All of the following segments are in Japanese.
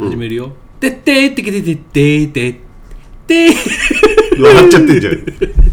始めるよ。てってーってけててってーてってー笑っちゃってんじゃん。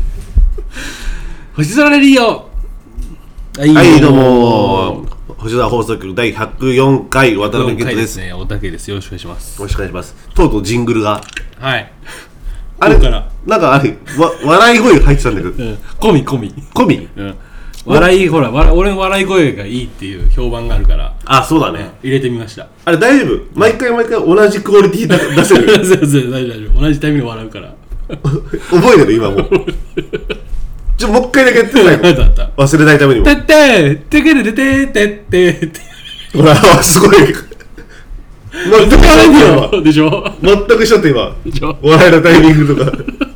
星空レディオ。 はいどうも星空放送局第104回渡辺健人です。 ね、おたけです。よろしくお願いします。 よろしくお願いします。とうとうジングルがはいあれなんかあれ笑い声が入ってたんだけど、込み、 うん、笑いほら俺の笑い声がいいっていう評判があるから、 あ、そうだね、 入れてみました。 あれ大丈夫？毎回同じクオリティ出せる？ 大丈夫、同じタイミングで笑うから覚えてる今もうもう一回だけやってない忘れないためにもてっててけれてててててほらすごい全く一緒でしょ全く一緒って今笑いのタイミングとか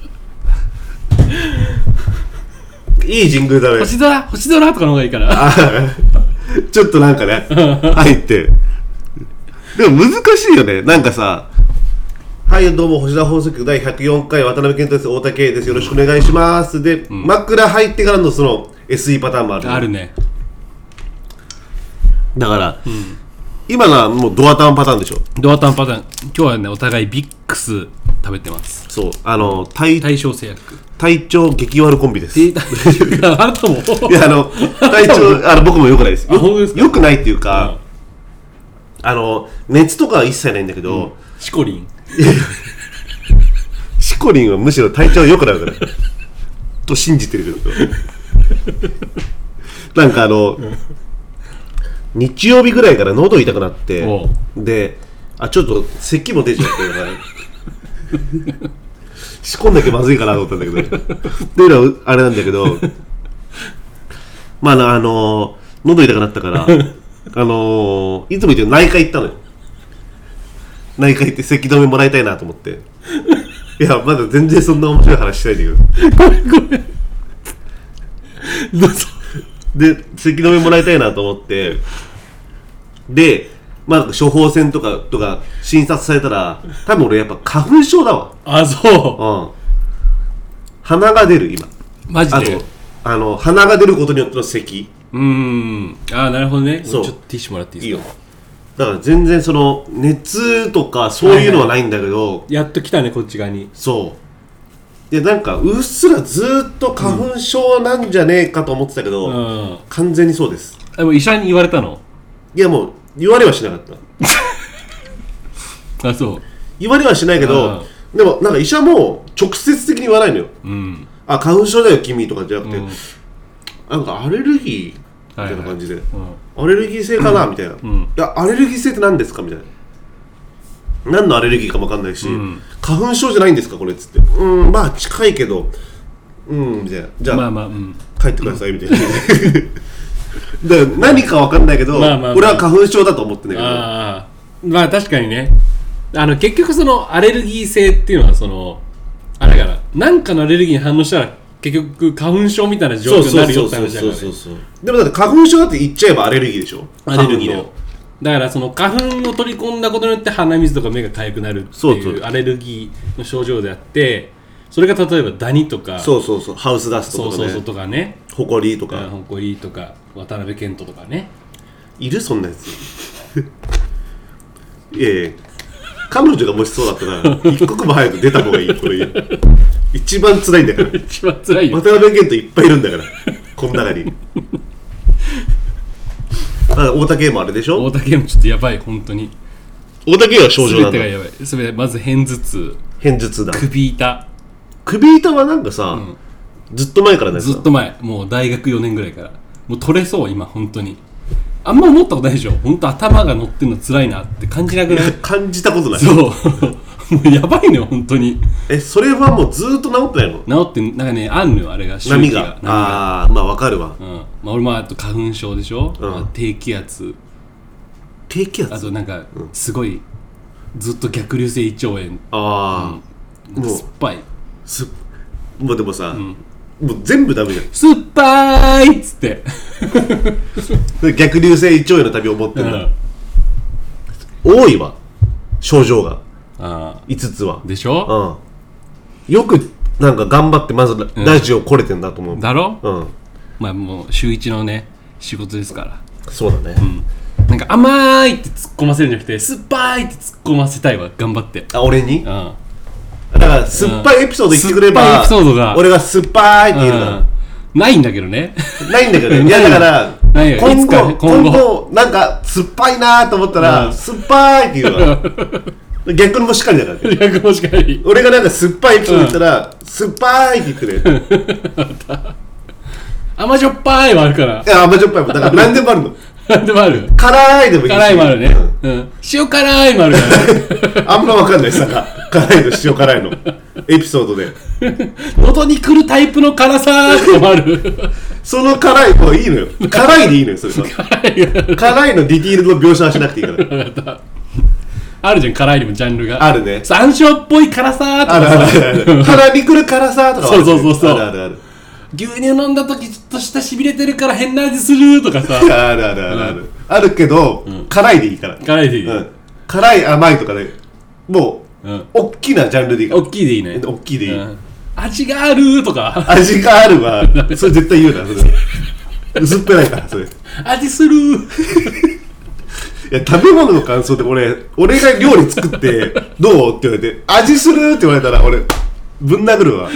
いいジングルだね。 星空とかの方がいいからちょっとなんかね入ってでも難しいよね。なんかさ、はいどうも星空放送局第104回渡辺健人です。太田圭です。よろしくお願いしますで、枕入ってからのその SE パターンもあるね。 だから、今のはもうドアタンパターンでしょ。 ドアタンパターン。今日はねお互いビックス食べてます。 そう大正製薬体調激悪コンビです。 あなたもいや体調僕も良くないです。良くないっていうか、熱とかは一切ないんだけど、 シコリンシコリンはむしろ体調良くなるからと信じてるけどなんか日曜日ぐらいから喉痛くなってでちょっと咳も出ちゃって仕込んなきゃまずいかなと思ったんだけどっていうのはあれなんだけどまあ喉痛くなったからいつも言ってる内科行ったのよ。内科行って咳止めもらいたいなと思っていやまだ全然そんな面白い話しないんだけどごめんどうぞ。で咳止めもらいたいなと思ってで処方箋とか診察されたら多分俺やっぱ花粉症だわ。 あ、そう。 鼻が出る今。 マジで。 鼻が出ることによっての咳。 なるほどね。 そう。 ちょっとティッシュもらっていいですか？ いいよ。だから全然その熱とかそういうのはないんだけど、 やっと来たねこっち側に。 そう。でなんかうっすらずっと花粉症なんじゃねえかと思ってたけど、完全にそうです。 でも医者に言われたの？ いやもう言われはしなかったあ、そう。 言われはしないけど、でもなんか医者も直接的に言わないのよ。花粉症だよ君とかじゃなくて、なんかアレルギーみたいな感じで、アレルギー性かなみたいな、いやアレルギー性って何ですかみたいな、何のアレルギーかも分かんないし、花粉症じゃないんですかこれっつって、まあ近いけどみたいな、じゃあ、帰ってくださいみたいなだから何か分かんないけど、俺は花粉症だと思ってんだけど、 まあ確かにね、結局そのアレルギー性っていうのはそのあれだから、何かのアレルギーに反応したら結局花粉症みたいな状況になるよって話だからね。 でもだって花粉症だって言っちゃえばアレルギーでしょ。 アレルギーだよ。だからその花粉を取り込んだことによって鼻水とか目が痒くなるっていうアレルギーの症状であって、それが例えばダニとかハウスダストとかね、 とかね、 ホコリとか渡辺健人とかね、 いるそんなやついや彼女がもしそうだったら一刻も早く出た方がいい。これ一番辛いんだから一番辛いよ。 渡辺健人いっぱいいるんだからこの中に大竹もあれでしょ。 大竹もちょっとやばい本当に。 大竹は症状なんだ。 全てがやばい。全てまず片頭痛だ。 首痛はなんかさ、ずっと前からね。 ずっと前、もう大学4年ぐらいからもう取れそう今本当に。あんま思ったことないでしょ。本当頭が乗ってんの辛いなって感じなくない？ 感じたことない。 そうもうやばいのよ本当に。 それはもうずっと治ってないの？ 治ってなんかね、あんのよあれが。 波がまあわかるわ。 俺もあと花粉症でしょ、低気圧あとなんかすごいずっと逆流性胃腸炎。 もう酸っぱい。 もうでもさ、もう全部ダメじゃん。 酸っぱいっつって逆流性胃腸炎の旅を持ってるんだ、多いわ症状が。5つはでしょ、 よくなんか頑張ってまずラジオ来れてんだと思う、 だろ。まあもう週1のね仕事ですから。 そうだね、 なんか甘いって突っ込ませるんじゃなくて酸っぱいって突っ込ませたいわ、頑張って。 あ、俺に？ うん。 だから酸っぱいエピソード言ってくれば、 酸っぱいエピソードが俺が酸っぱいって言うから。 ないんだけどね。 ないんだけどね。いやだから今後なんか酸っぱいなと思ったら、酸っぱいって言うわ。逆もしっかりだからね。 逆もしっかり。 俺がなんか酸っぱいエピソード言ったら、酸っぱいって言ってくれ。 甘じょっぱいはあるから。 いや甘じょっぱいもだから何でもあるの。 何でもある。 辛いでもいいし。 辛いもあるね。塩辛いもあるから。 あんま分かんないさが辛いの塩辛いのエピソードで喉に来るタイプの辛さとかもある。 その辛いもういいのよ。辛いでいいのよそれは。辛いのディティールの描写はしなくていいから。 あるじゃん、辛いにもジャンルが。 あるね。 山椒っぽい辛さとかさ。 ある腹に来る辛さとか。 そうあるある。 牛乳飲んだ時ちょっと舌しびれてるから変な味するとかさ。 あるあるあるある。あるけど、辛いでいいから。 辛いでいい。 辛い甘いとかね、もう大きなジャンルでいいから。 大きいでいいね。 大きいでいい。 味があるとか。 味があるわ。それ絶対言うなそれ。薄っぺらいからそれ。 味する。 いや食べ物の感想で俺が料理作ってどうって言われて味するって言われたら俺ぶん殴るわ。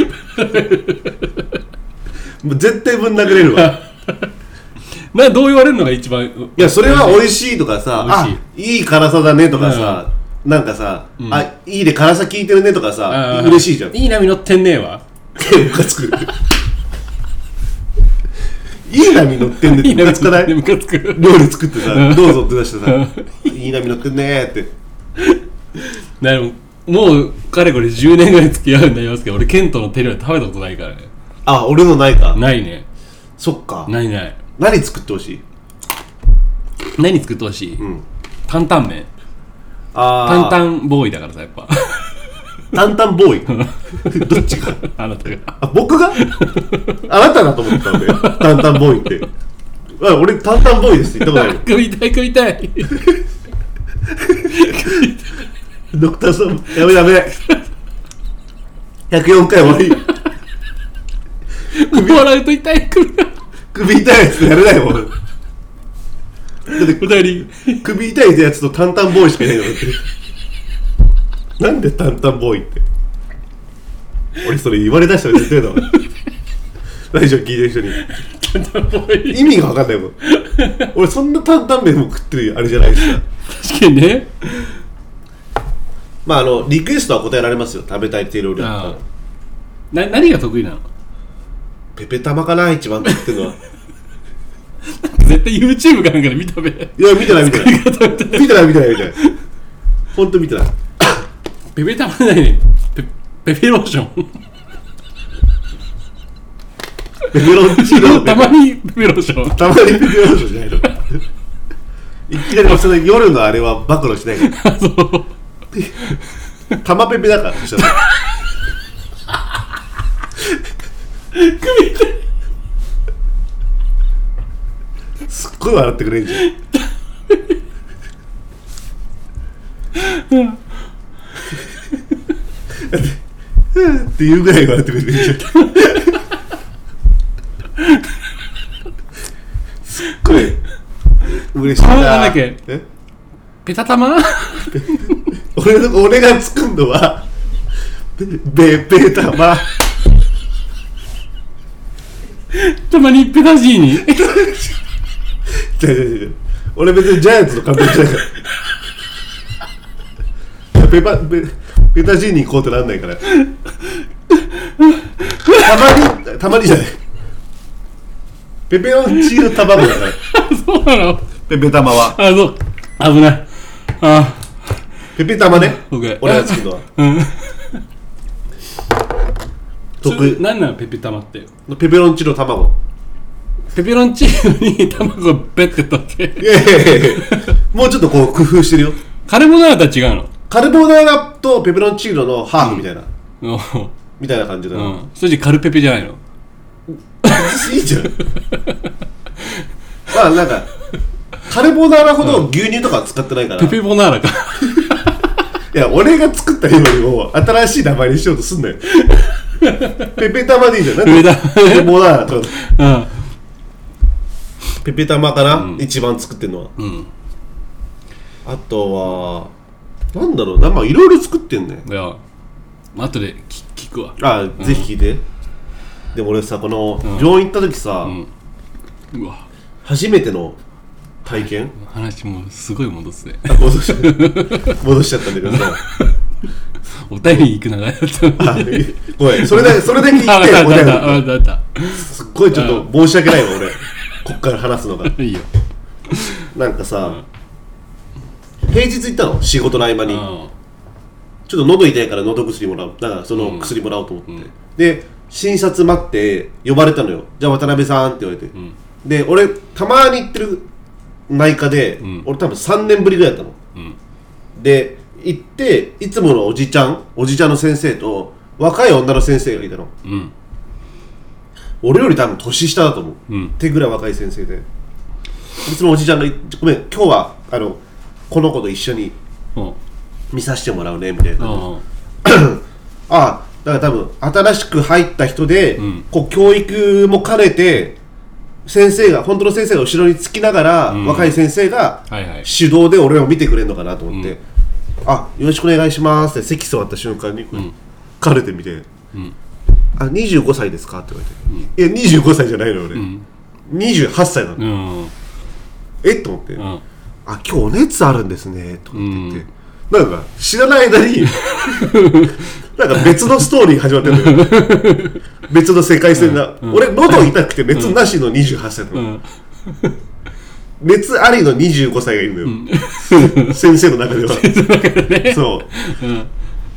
もう絶対ぶん殴れるわ。 どう言われるのが一番。 いやそれは美味しいとかさ、あいい辛さだねとかさ、なんかさ、あいいで辛さ効いてるねとかさ嬉しいじゃん。 いい波乗ってんねえわ。 ムカつく。いい波乗ってんねってムカつかない？ ムカつく。 料理作ってさどうぞって出してさいい波乗ってんねーって。 でももうかれこれ10年ぐらい付き合うんだよけど、俺ケントの手料理食べたことないからね。 あ、俺のないか。 ないね。 そっか。 ないない。 何作ってほしい？ 何作ってほしい？担々麺。担々ボーイだからさやっぱ。 担々ボーイ。どっちが？ あなたが。 あ、僕が？あなただと思ってたんで。担々ボーイって。あ、俺担々ボーイですって言ったことない。 食いたい食いたい。 ドクターさんやめやめ。104回終わり。 笑うと痛い。 首痛いやつやれないもん。だって 2人首痛いやつと担々ボーイしかいないのって。なんで担々ボーイって。俺それ言われだしたら絶対だわ。ラジオ聞いてる人に意味が分かんないもん。俺そんな担々麺も食ってるあれじゃないですか。 確かにね。 まあリクエストは答えられますよ。食べたい手料理だったら。 何が得意なの？ ペペ玉かな一番食ってるのは。 絶対 YouTube かなんかで見たべ。 いや見てない見てないほんと見てない。 ペペ玉じゃないね。ペペローション。 ペペロンチーノ。 たまにペペローション。 たまにペペローションじゃないの。いきなりその夜のあれは暴露しないから。そう。玉ペペだからそしたら。すっごい笑ってくれんじゃん。っていうぐらい笑ってくれるんじゃん。すっごい嬉しいな。 なんだっけ？ペタ玉？ 俺が作るのはペ玉。 たまにペタジーニ。 違う俺別にジャイアンツの監督じゃないからペタジーニ行こうってなんないから。たまにじゃない。ペペロンチーノ卵だから。 そうなの？ ペペ玉は。 あ、そう。危ない。あ。 ペペ玉ね。 俺が作るのは。 得意。何なのペペ玉って？ ペペロンチーノ卵。 ペペロンチーノに卵をベッて取って。 いやもうちょっとこう工夫してるよ。 カルボナーラとは違うの？カルボナーラとペペロンチーノのハーフみたいな。みたいな感じだな。 それじゃカルペペじゃないの？ いいじゃん。まあなんかカルボナーラほど牛乳とか使ってないから。 ペペボナーラか。 いや俺が作った料理を新しい名前にしようとすんなよ。ペペ玉でいいじゃん。ペペボナーラと。ペペ玉かな、一番作ってるのは。 あとはなんだろうな、まあいろいろ作ってんね。 いや後で聞くわ。 ぜひ聞いて。でも俺さ、この病院行った時さ、 うわ初めての体験、 話もすごい戻すね。 戻しちゃったんだけどさお便り行く流れだった。 ごめん、それだけ聞いてお便りすっごいちょっと申し訳ないわ俺、こっから話すのが。いいよ。なんかさ、平日行ったの、仕事の合間にちょっと喉痛いから喉薬もらう、だからその薬もらおうと思って、で診察待って呼ばれたのよ。じゃあ渡辺さんって言われて、で俺たまに行ってる内科で、俺多分3年ぶりぐらいだったの、で行っていつものおじちゃんの先生と若い女の先生がいたの、俺より多分年下だと思う、ってぐらい若い先生で、そのおじちゃんがごめん今日はこの子と一緒に見させてもらうねみたいなだから多分新しく入った人で、こう教育も兼ねて本当の先生が後ろにつきながら、若い先生が手動で俺を見てくれるのかなと思って、よろしくお願いしますって席座った瞬間にカルテ見て、25歳ですかって言われて、いや25歳じゃないの俺、28歳なの、と思って、今日お熱あるんですねとか言って、なんか知らない間になんか別のストーリー始まってるのよ別の世界線が、俺喉痛くて熱なしの28歳なの、熱ありの25歳がいるのよ、先生の中ではそう、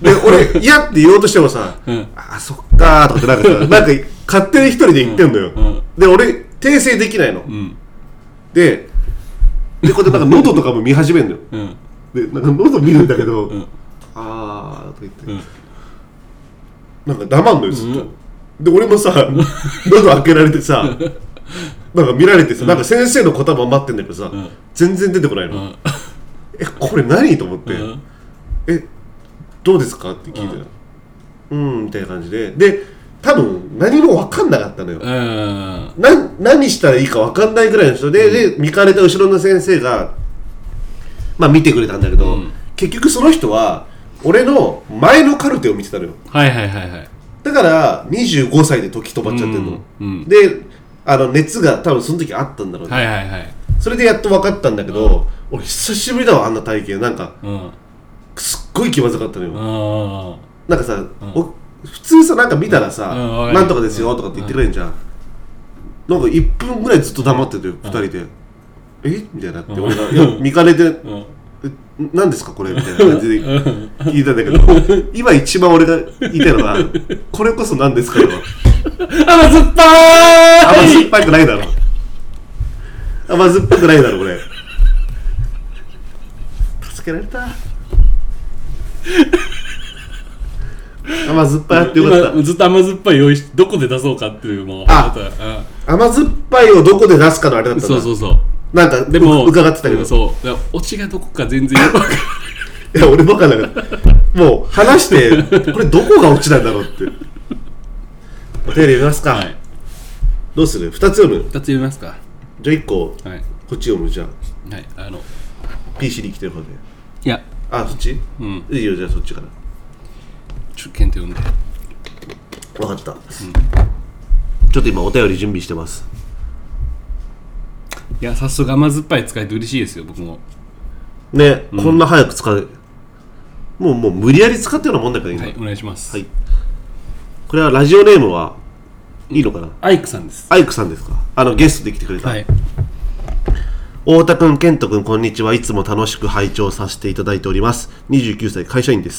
で俺嫌って言おうとしてもさ、そっかーとかってなんか勝手に一人で言ってんのよ、で俺訂正できないの、でこうやってなんか喉とかも見始めるのよ、でなんか喉見るんだけど、とか言って、なんか黙んのよずっと、で俺もさ喉開けられてさなんか見られてさ、なんか先生の言葉待ってんだけどさ、全然出てこないの、これ何と思って、どうですかって聞いてた、みたいな感じで、多分何も分かんなかったのよ、何したらいいか分かんないぐらいの人で、見かねた後ろの先生が見てくれたんだけど、結局その人は俺の前のカルテを見てたのよ。だから25歳で時飛ばっちゃってるの、で熱が多分その時あったんだろうね、それでやっと分かったんだけど、俺久しぶりだわあんな体験、なんか、すっごい気まずかったのよ、なんかさ、普通さなんか見たらさ、なんとかですよとかって言ってくれるんじゃん、なんか1分ぐらいずっと黙ってて2人で、みたいになって、俺が見かねて、何ですかこれみたいな感じで聞いたんだけど、今一番俺が言いたいのが、これこそ何ですかよ、 甘酸っぱーい、 甘酸っぱくないだろ、甘酸っぱくないだろこれ、助けられた甘酸っぱいあってよかった。 ずっと甘酸っぱい用意して、どこで出そうかっていうのを、 甘酸っぱいをどこで出すかのあれだったんだ。 そうなんかでも伺ってたけど、 そうだからオチがどこか全然よく分かるいや俺バカだからもう話してこれどこがオチなんだろうってお手入れ見ますか、どうする？2つ読む？ 2つ読みますか。 じゃあ1個、こっち読む。じゃあ、PC に来てる方で、 いやそっち？いいよ、じゃあそっちからケント読んで。 分かった、ちょっと今お便り準備してます。 いや早速甘酸っぱい使えて嬉しいですよ僕もね、こんな早く使う、もう無理やり使ってるようなもんだから今。 お願いします。 これはラジオネームはいいのかな？ アイクさんです。 アイクさんですか？ゲストで来てくれた。太田くん、ケントくん、こんにちは。いつも楽しく拝聴させていただいております。29歳会社員です。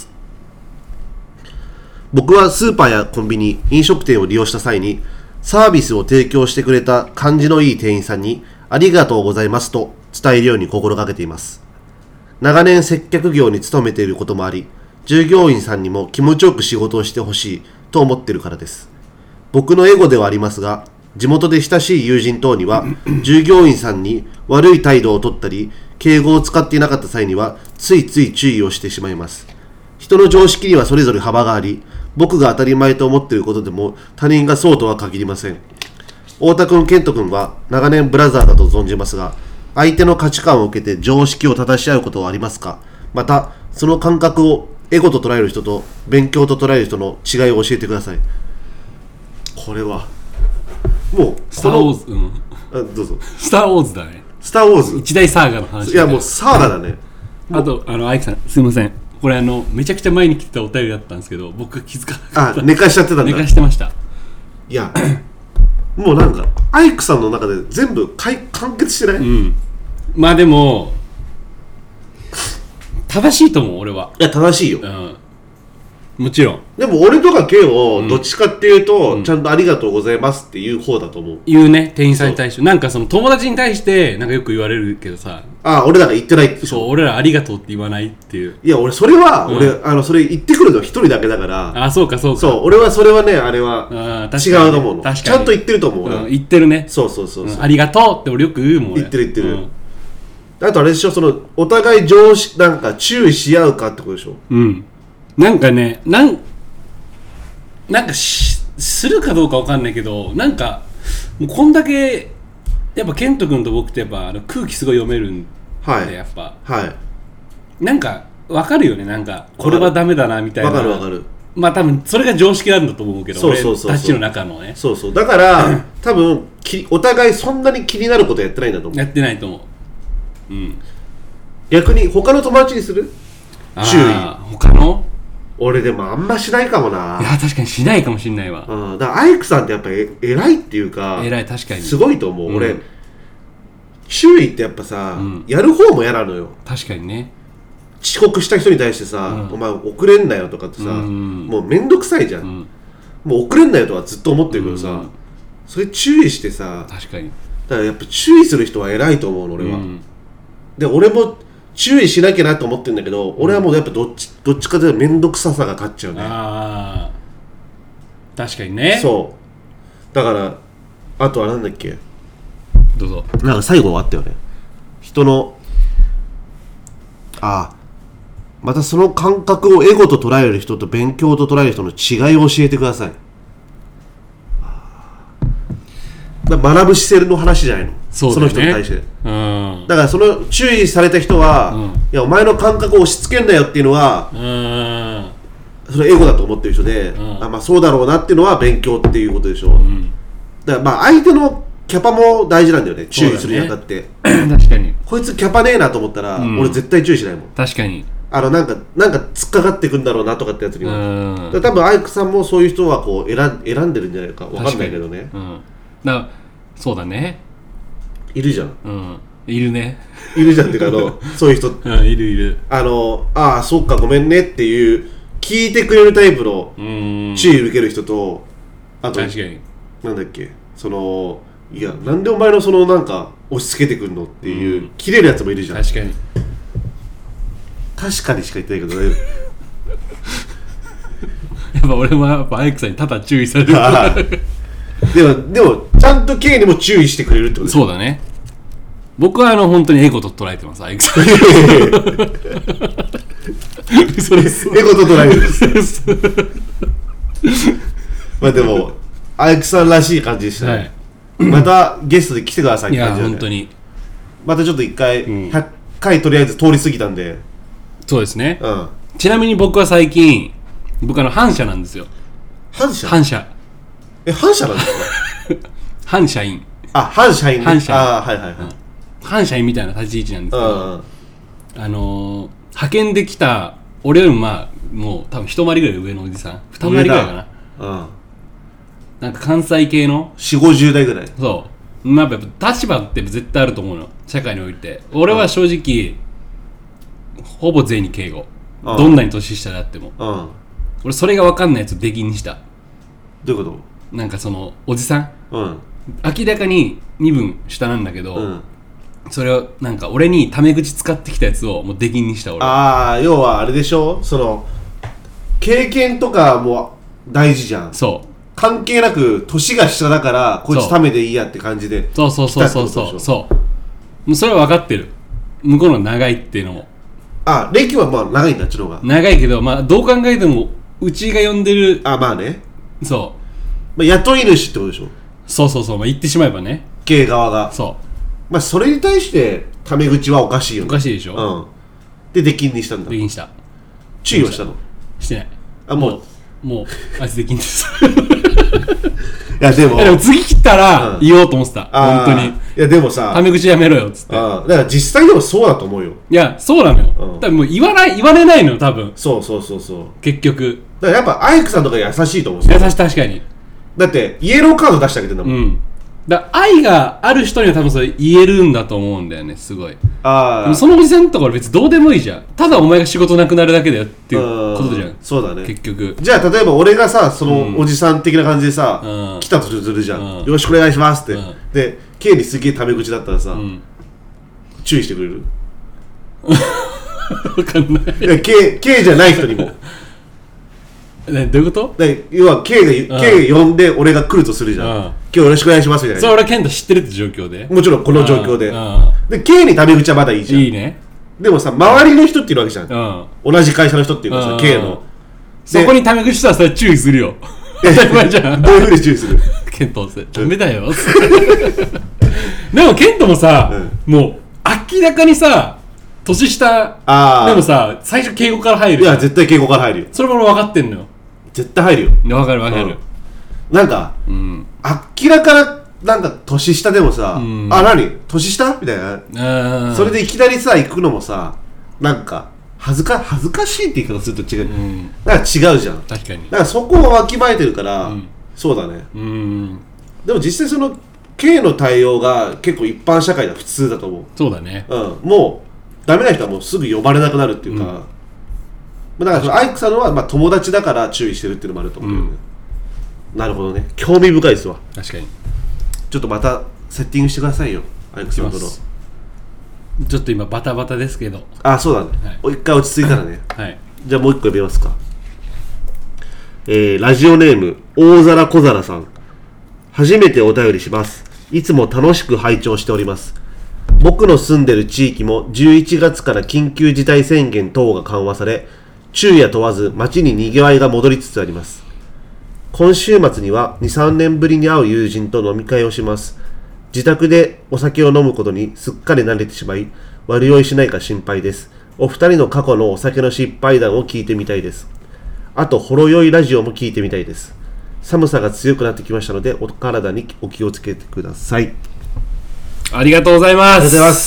僕はスーパーやコンビニ、飲食店を利用した際にサービスを提供してくれた感じのいい店員さんにありがとうございますと伝えるように心がけています。長年接客業に勤めていることもあり、従業員さんにも気持ちよく仕事をしてほしいと思っているからです。僕のエゴではありますが、地元で親しい友人等には従業員さんに悪い態度を取ったり敬語を使っていなかった際にはついつい注意をしてしまいます。人の常識にはそれぞれ幅があり、僕が当たり前と思っていることでも他人がそうとは限りません。太田くん、健人くんは長年ブラザーだと存じますが、 相手の価値観を受けて常識を正し合うことはありますか？またその感覚をエゴと捉える人と勉強と捉える人の違いを教えてください。これはもうスター・ウォーズ、 どうぞ。 スター・ウォーズだね。 スター・ウォーズ一大サーガの話。 いやもうサーガだね。 あとアイクさんすいません、これめちゃくちゃ前に来てたお便りだったんですけど、僕が気づかなかった。 寝かしちゃってたんだ。 寝かしてました。 いやもうなんかアイクさんの中で全部完結してない？ まあでも正しいと思う俺は。 いや正しいよ、 もちろん。 でも俺とか K をどっちかっていうと、ちゃんとありがとうございますっていう方だと思う。 言うね、店員さんに対して。なんかその友達に対してなんかよく言われるけどさ、 俺らが言ってないって。 そう、俺らありがとうって言わないっていう。 いや俺それは、それ言ってくるのは一人だけだから。 そうかそうか。 そう俺はそれはね、あれは違うと思うの。ちゃんと言ってると思う。 言ってるね。 そうそうそう、 ありがとうって俺よく言うもん。 言ってる、あとあれでしょ、そのお互いなんか注意し合うかってことでしょ。 なんかね、なんかするかどうかわかんないけど、なんかもうこんだけやっぱケント君と僕ってやっぱ空気すごい読めるんで、やっぱなんかわかるよね。なんかこれはダメだなみたいな。 わかる。 まあ多分それが常識なんだと思うけど、俺たちの中のね。 そうだから多分お互いそんなに気になることやってないんだと思う。 やってないと思う。 逆に他の友達にする？注意。 他の？ 俺でもあんましないかもな。 いや確かにしないかもしんないわ。 だからアイクさんってやっぱ偉いっていうか、 偉い、確かにすごいと思う。俺注意ってやっぱさ、やる方も嫌なのよ。 確かにね。 遅刻した人に対してさ、お前遅れんなよとかってさ、もうめんどくさいじゃん。もう遅れんなよとはずっと思ってるけどさ、それ注意してさ。 確かに。 だからやっぱ注意する人は偉いと思うの俺は。で俺も注意しなきゃなと思ってるんだけど、俺はもうやっぱどっちかというと面倒くささが勝っちゃうね。 確かにね。 そうだからあとはなんだっけ、 どうぞ。 なんか最後あったよね、人のまたその感覚をエゴと捉える人と勉強と捉える人の違いを教えてください。学ぶ姿勢の話じゃないの。 そうだね、 その人に対して。だからその注意された人は、いやお前の感覚を押し付けんなよっていうのは、そのエゴだと思ってる人で、まあそうだろうなっていうのは勉強っていうことでしょ。だからまあ相手のキャパも大事なんだよね、注意するにあたって。 確かに。 こいつキャパねえなと思ったら、俺絶対注意しないもん。 確かに。 なんか突っかかってくんだろうなとかってやつには。多分アイクさんもそういう人はこう選んでるんじゃないかわかんないけどね。 そうだね。 いるじゃん。 いるね。 いるじゃんっていうかそういう人。 いる。 そっかごめんねっていう聞いてくれるタイプの注意受ける人と、あと確かに。 なんだっけ、いやなんでお前のなんか押し付けてくんのっていう切れるやつもいるじゃん。 確かに。 確かにしか言ってないけどね。 やっぱ俺もやっぱアイクさんにただ注意される。 でもちゃんと K にも注意してくれるってことです。 そうだね。僕は本当にエゴと捉えてます、アイクさん。嘘です。 エゴと捉えてます。まあでもアイクさんらしい感じでしたね。またゲストで来てくださいって感じだね。いや本当に。またちょっと一回100回とりあえず通り過ぎたんで。 そうですね。ちなみに僕は最近反社なんですよ。反社反社なんですか？反社員。 反社員ね。 反社員みたいな立ち位置なんですけど、派遣で来た俺よりももう多分一回りぐらい上のおじさん、二回りぐらいかな。なんか関西系の 4,50 代ぐらい。 そう。やっぱ立場って絶対あると思うの、社会において。俺は正直ほぼ全員に敬語。どんなに年下であっても。俺それが分かんないやつを出禁にした。 どういうこと？ なんかおじさん、明らかに身分下なんだけど、それをなんか俺にタメ口使ってきたやつをもう出禁にした俺。 要はあれでしょ、経験とかも大事じゃん。 そう。 関係なく年が下だからこいつタメでいいやって感じで。 そう。もうそれは分かってる。向こうの長いっていうのも。 歴はまあ長いんだっちの方が。 長いけどどう考えてもうちが呼んでる。 まあね。 そう。 雇い主ってことでしょ。 そう、言ってしまえばね。 経営側が。 そまあそれに対してタメ口はおかしいよね。 おかしいでしょ。 うん。で出禁にしたんだ。 出禁した。 注意はしたの？ してない。 あ、もうあいつ出禁です。 いやでも次切ったら言おうと思ってた、本当に。いやでもさ、 タメ口やめろよっつって。 だから実際でもそうだと思うよ。 いやそうなのよ、多分もう言われないのよ多分。 そう結局だからやっぱアイクさんとか優しいと思うんですよ。 よ。 優しい、確かに。 だってイエローカード出してあげてんだもん。 だ愛がある人には多分それ言えるんだと思うんだよね、すごい。でもそのおじさんとか別にどうでもいいじゃん。ただお前が仕事なくなるだけだよっていうことじゃん。 そうだね。 結局じゃあ例えば俺がさ、そのおじさん的な感じでさ、来たとするじゃん、よろしくお願いしますって、で K にすげえタメ口だったらさ、注意してくれる？ 分かんない。 いや K じゃない人にもどういうこと？ 要は K 呼んで俺が来るとするじゃん、今日よろしくお願いしますみたいな。 それ俺は健太知ってるって状況で、もちろんこの状況で、で K にタメ口はまだいいじゃん。 いいね。 でもさ、周りの人っているわけじゃん、同じ会社の人っていうかさ、K のそこにタメ口したらそれ注意するよ。当たり前じゃん。 どういうふうに注意する？ ケントダメだよ。でもケントもさ、もう明らかにさ年下でもさ、最初敬語から入る。 いや絶対敬語から入るよ。 それも分かってんのよ。 絶対入るよ。 分かる、 なんか、明らかななんか年下でもさ、何年下みたいな、それでいきなりさ行くのもさ、なんか恥ずかしいって言い方すると違う、なんか違うじゃん。 確かに。 だからそこをわきまえてるから、そうだね。でも実際その K の対応が結構一般社会では普通だと思う。 そうだね。 もうダメな人はもうすぐ呼ばれなくなるっていうか、だからそのアイクさんのはまあ友達だから注意してるっていうのもあると思うけどね。なるほどね。興味深いですわ。 確かに。 ちょっとまたセッティングしてくださいよ、アイクさんとの。 ちょっと今バタバタですけど。 そうだね。一回落ち着いたらね。じゃあもう一個呼びますか。ラジオネーム大皿小皿さん。初めてお便りします。いつも楽しく拝聴しております。僕の住んでる地域も11月から緊急事態宣言等が緩和され、昼夜問わず街に賑わいが戻りつつあります。今週末には 2,3 年ぶりに会う友人と飲み会をします。自宅でお酒を飲むことにすっかり慣れてしまい、悪酔いしないか心配です。お二人の過去のお酒の失敗談を聞いてみたいです。あとほろ酔いラジオも聞いてみたいです。寒さが強くなってきましたので、お体にお気をつけてください。 ありがとうございます。 ありがとうございます。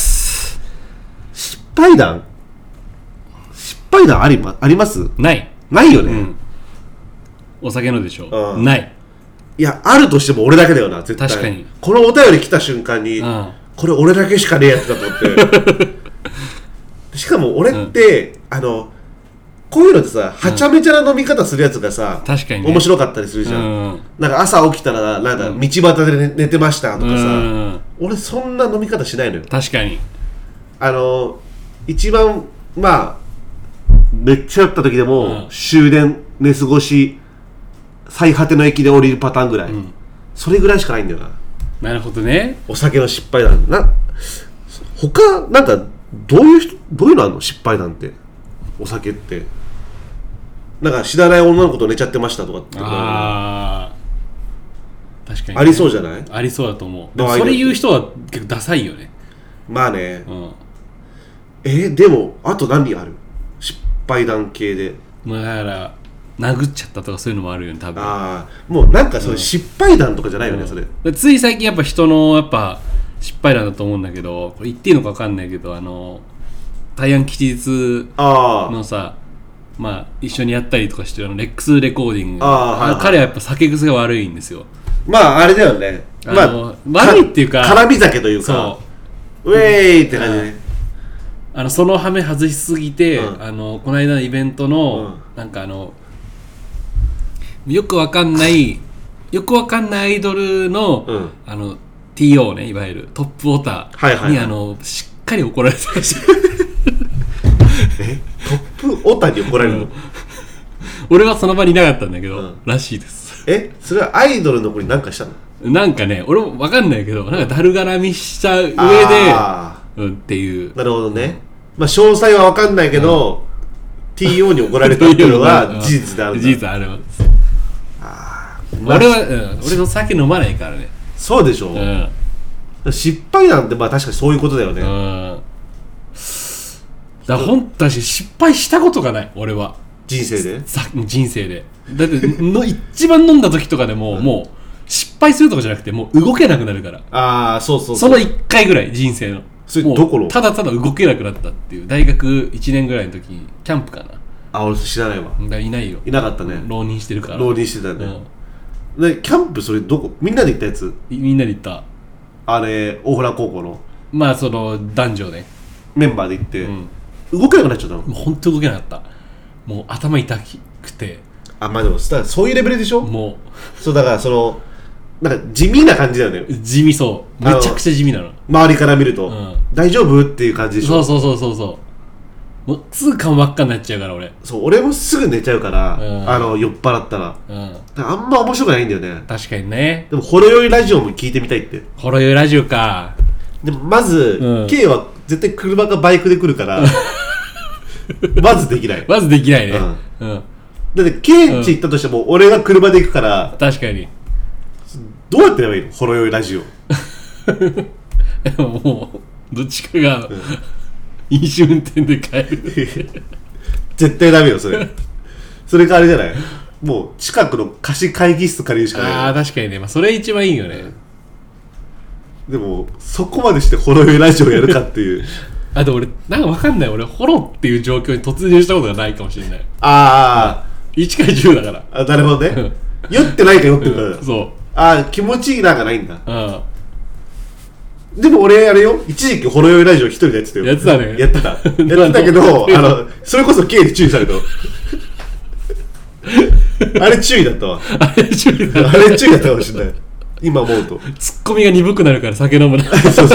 失敗談あります？ ないよね、 お酒のでしょ、ない。 いや、あるとしても俺だけだよな、絶対。 確かに。 このお便り来た瞬間に、これ俺だけしかねえやつだと思ってしかも俺って、こういうのってさ、はちゃめちゃな飲み方するやつがさ、 確かに、 面白かったりするじゃん、なんか朝起きたらなんか道端で寝てましたとかさ、俺そんな飲み方しないのよ。 確かに。 一番まあめっちゃ酔った時でも、終電寝過ごし最果ての駅で降りるパターンぐらい、それぐらいしかないんだよな。 なるほどね。 お酒の失敗談他なんかどういうのあるの？失敗談って、お酒ってなんか知らない女の子と寝ちゃってましたとかって。 確かに、ね、 ありそうじゃない？ ありそうだと思う。でもそれ言う人は結構ダサいよね。 まあね、でもあと何ある？失敗談系で。 だから殴っちゃったとかそういうのもあるよね、多分。 もうなんかそれ失敗談とかじゃないよね、それ。 つい最近やっぱ人のやっぱ失敗談だと思うんだけど、これ言っていいのか分かんないけど、大安吉日のさ、まあ一緒にやったりとかしてるレックスレコーディング、彼はやっぱ酒癖が悪いんですよ。 まああれだよね、 悪いっていうか絡み酒というか、ウェーイって感じね。 そのハメ外しすぎて、この間のイベントの、なんかよくわかんないアイドルの、TO ね、いわゆるトップオタに、しっかり怒られてました。 トップオタに怒られるの？ 俺はその場にいなかったんだけど、らしいです。 それはアイドルの子に何かしたの？ なんかね、俺もわかんないけど、なんかだるがらみした上で、っていう。 なるほどね。まあ詳細はわかんないけど、TO に怒られたっていうのは事実であるんだ。 事実ある。俺の酒飲まないからね。 そうでしょ。 失敗なんてまあ確かにそういうことだよね。 だから確かに失敗したことがない俺は人生でだっての一番飲んだ時とかでも、もう失敗するとかじゃなくてもう動けなくなるから。 ああそうそうその1回ぐらい人生のそれどこのただただ動けなくなったっていう大学1年ぐらいの時キャンプかな。 あ俺知らないわ。 いないよ。 いなかったね。 浪人してるから。 浪人してたね、でキャンプそれどこみんなで行ったやつ？ みんなで行った。 あれ大船高校のまあその男女ねメンバーで行って、動けなくなっちゃったの？ もう本当動けなかった。もう頭痛くて。 あまあでもそういうレベルでしょ。 もうそうだからそのなんか地味な感じだよね。 地味そうめちゃくちゃ地味なの周りから見ると、大丈夫っていう感じでしょ。 そうもうすぐ顔真っ赤になっちゃうから俺もすぐ寝ちゃうから、酔っ払ったら、あんま面白くないんだよね。 確かにね。 でもほろ酔いラジオも聞いてみたいって。 ほろ酔いラジオか。 でもまず、K は絶対車かバイクで来るからまずできないね、だって K んち行ったとしても、俺が車で行くから。 確かに。 どうやってやればいいのほろ酔いラジオもうどっちかが、飲酒運転で帰る絶対ダメよそれそれかあれじゃない、もう近くの貸し会議室借りるしかない。 ああ確かにね、まあ、それ一番いいよね、 でもそこまでしてほろ酔いラジオやるかっていうあと俺なんか分かんない、俺ホロっていう状況に突入したことがないかもしれない。 ああ、 1から10だから。 あなるほどね酔ってないか酔ってるから、 そうああ気持ちいいなんかないんだ。でも俺あれよ、一時期ほろ酔いラジオ一人でやってたよ。 やってたね。 やってたけどそれこそ K で注意されたあれ注意だったわ。あれ注意だったかもしれない。今思うとツッコミが鈍くなるから酒飲むなそう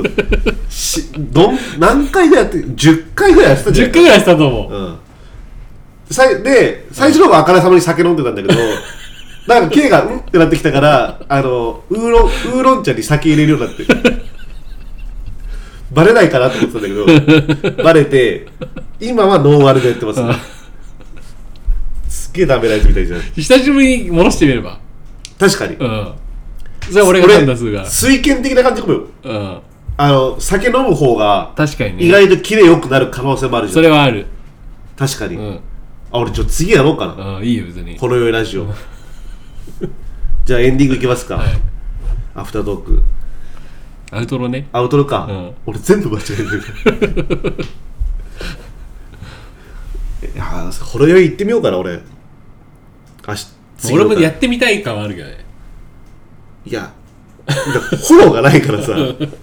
何回ぐらいやって10回ぐらいやってたじゃん。 10回ぐらいしたと思う、 で最初の方があからさまに酒飲んでたんだけどなんか K がうんってなってきたからウーロン茶に酒入れるようになってバレないかなと思ってたんだけどバレて今はノンアルでやってます、すっげえダメなやつみたいじゃん。 久しぶりに戻してみれば。 確かに、 それは俺が判断するから水拳的な感じかもよ。酒飲む方が確かに、ね、 意外とキレ良くなる可能性もあるじゃん。 それはある。 確かに、俺次やろうかな。 いいよ別に。 ほろ酔いラジオじゃあエンディングいきますか、アフタートーク。 アウトロね。 アウトロか、俺全部間違えてるいやほろ酔い行ってみようかな俺。 俺もやってみたい感はあるけどね。 いやフォローがないからさ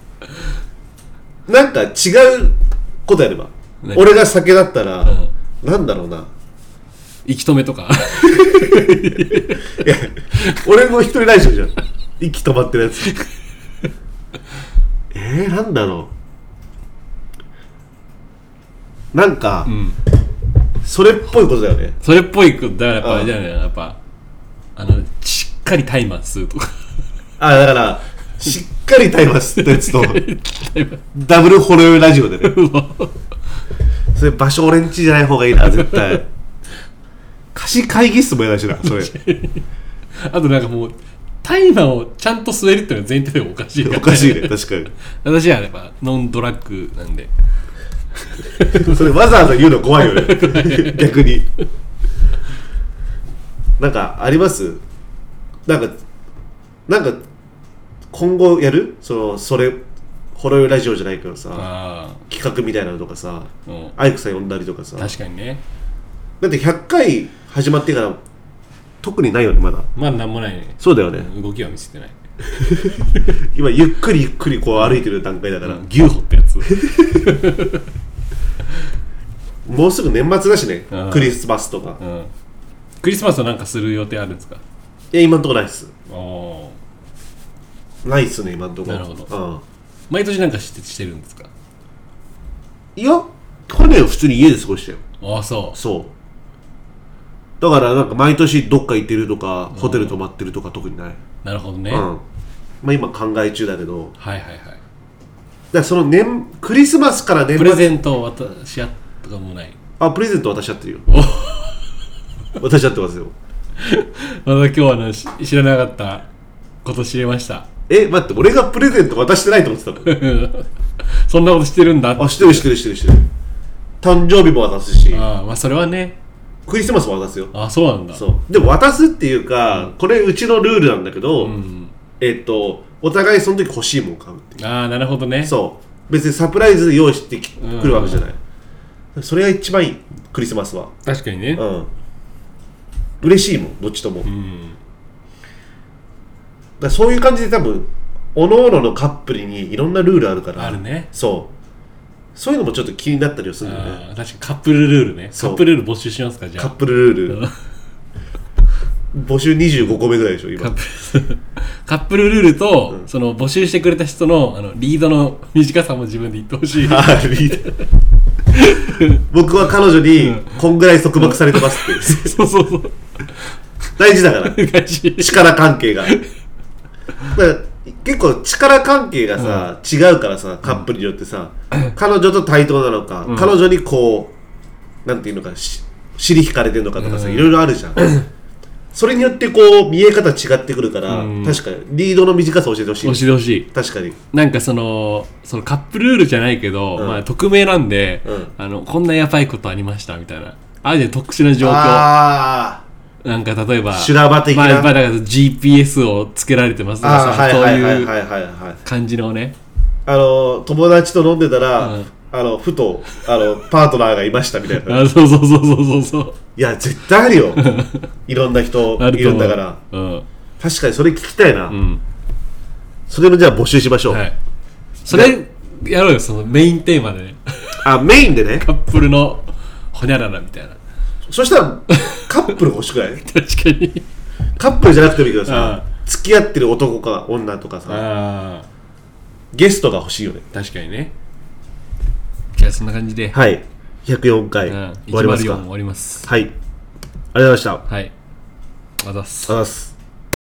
なんか違うことやれば。俺が酒だったら、なんだろうな、 息止めとかいや俺の一人ラジオじゃん息止まってるやつなんだろう、なんか、それっぽいことだよね。 それっぽいことだからやっぱあれだよね、やっぱしっかりタイマー吸うとかだからしっかりタイマー吸ったやつとダブルほろ酔いラジオでねそれ場所俺んちじゃない方がいいな絶対貸し会議室もやだしなそれあとなんかもうタイマーをちゃんと吸えるっていうのは前提でもおかしいから、 おかしいね確かに。 私はやっぱノンドラッグなんでそれわざわざ言うの怖いよね逆に。なんかあります？なんか今後やる？それほろ酔いラジオじゃないけどさ、企画みたいなのとかさ、アイクさん呼んだりとかさ。 確かにね。 だって100回始まってから特にないよねまだ。 まだなんもないね。 そうだよね。 動きは見せてない今ゆっくりこう歩いてる段階だから、 牛歩ってやつもうすぐ年末だしね、クリスマスとか、 クリスマスはなんかする予定あるんですか？ いや今んとこないっす。ないっすね今んとこ。 なるほど、毎年なんかしてるんですか？ いや去年は普通に家で過ごしたよ。そうだからなんか毎年どっか行ってるとか、ホテル泊まってるとか特にない。 なるほどね。 まあ今考え中だけど。 はい。 だからそのクリスマスから年末プレゼントを渡し合ったかもない。 プレゼント渡し合ってるよ渡し合ってますよまだ今日は知らなかったこと知れました。 待って、俺がプレゼント渡してないと思ってたのそんなことしてるんだって。 あ、してる。誕生日も渡すし、 まあそれはね。 クリスマスも渡すよ。 あ、そうなんだ。 そうでも渡すっていうか、これうちのルールなんだけど、お互いその時欲しいもの買うっていう。 ああ、なるほどね。 そう別にサプライズで用意してくるわけじゃない、それが一番いい。クリスマスは確かにね。 嬉しいもん、どっちとも。だからそういう感じで多分各々のカップルにいろんなルールあるから。 あるね。 そういうのもちょっと気になったりはするんだよね。 確かにカップルルールね。カップルルール募集しますか、じゃあ。 カップルルール募集25個目ぐらいでしょ今。 カップルルールと、その募集してくれた人の、リードの短さも自分で言ってほしい。 僕は彼女にこんぐらい束縛されてますって。 そう大事だから力関係が。だから結構力関係がさ、違うからさ、カップルによってさ、彼女と対等なのか、彼女にこうなんていうのか、尻引かれてるのかとかさ、いろいろあるじゃん。それによってこう見え方違ってくるから、確かにリードの短さを教えてほしい。 教えてほしい。 確かに。 なんかそのカップルールじゃないけど、まあ匿名なんで、こんなやばいことありましたみたいな、あるじゃん、特殊な状況。なんか例えば修羅場的な、 だから GPS をつけられてますとかさ、そういう感じのね。 友達と飲んでたら、ふとパートナーがいましたみたいな。 そういや絶対あるよいろんな人いるんだから、確かにそれ聞きたいな、それのじゃあ募集しましょう、 それやろうよ、そのメインテーマでね。 メインでね、 カップルのホニャララみたいな。 そしたらカップル欲しくない？ 確かにカップルじゃなくてもいいけどさ、付き合ってる男か女とかさ、ゲストが欲しいよね。 確かにね。じゃあそんな感じで、 はい、104回終わりますか。 終わります。 はい、ありがとうございました。 はい、あざっす。 あざっす。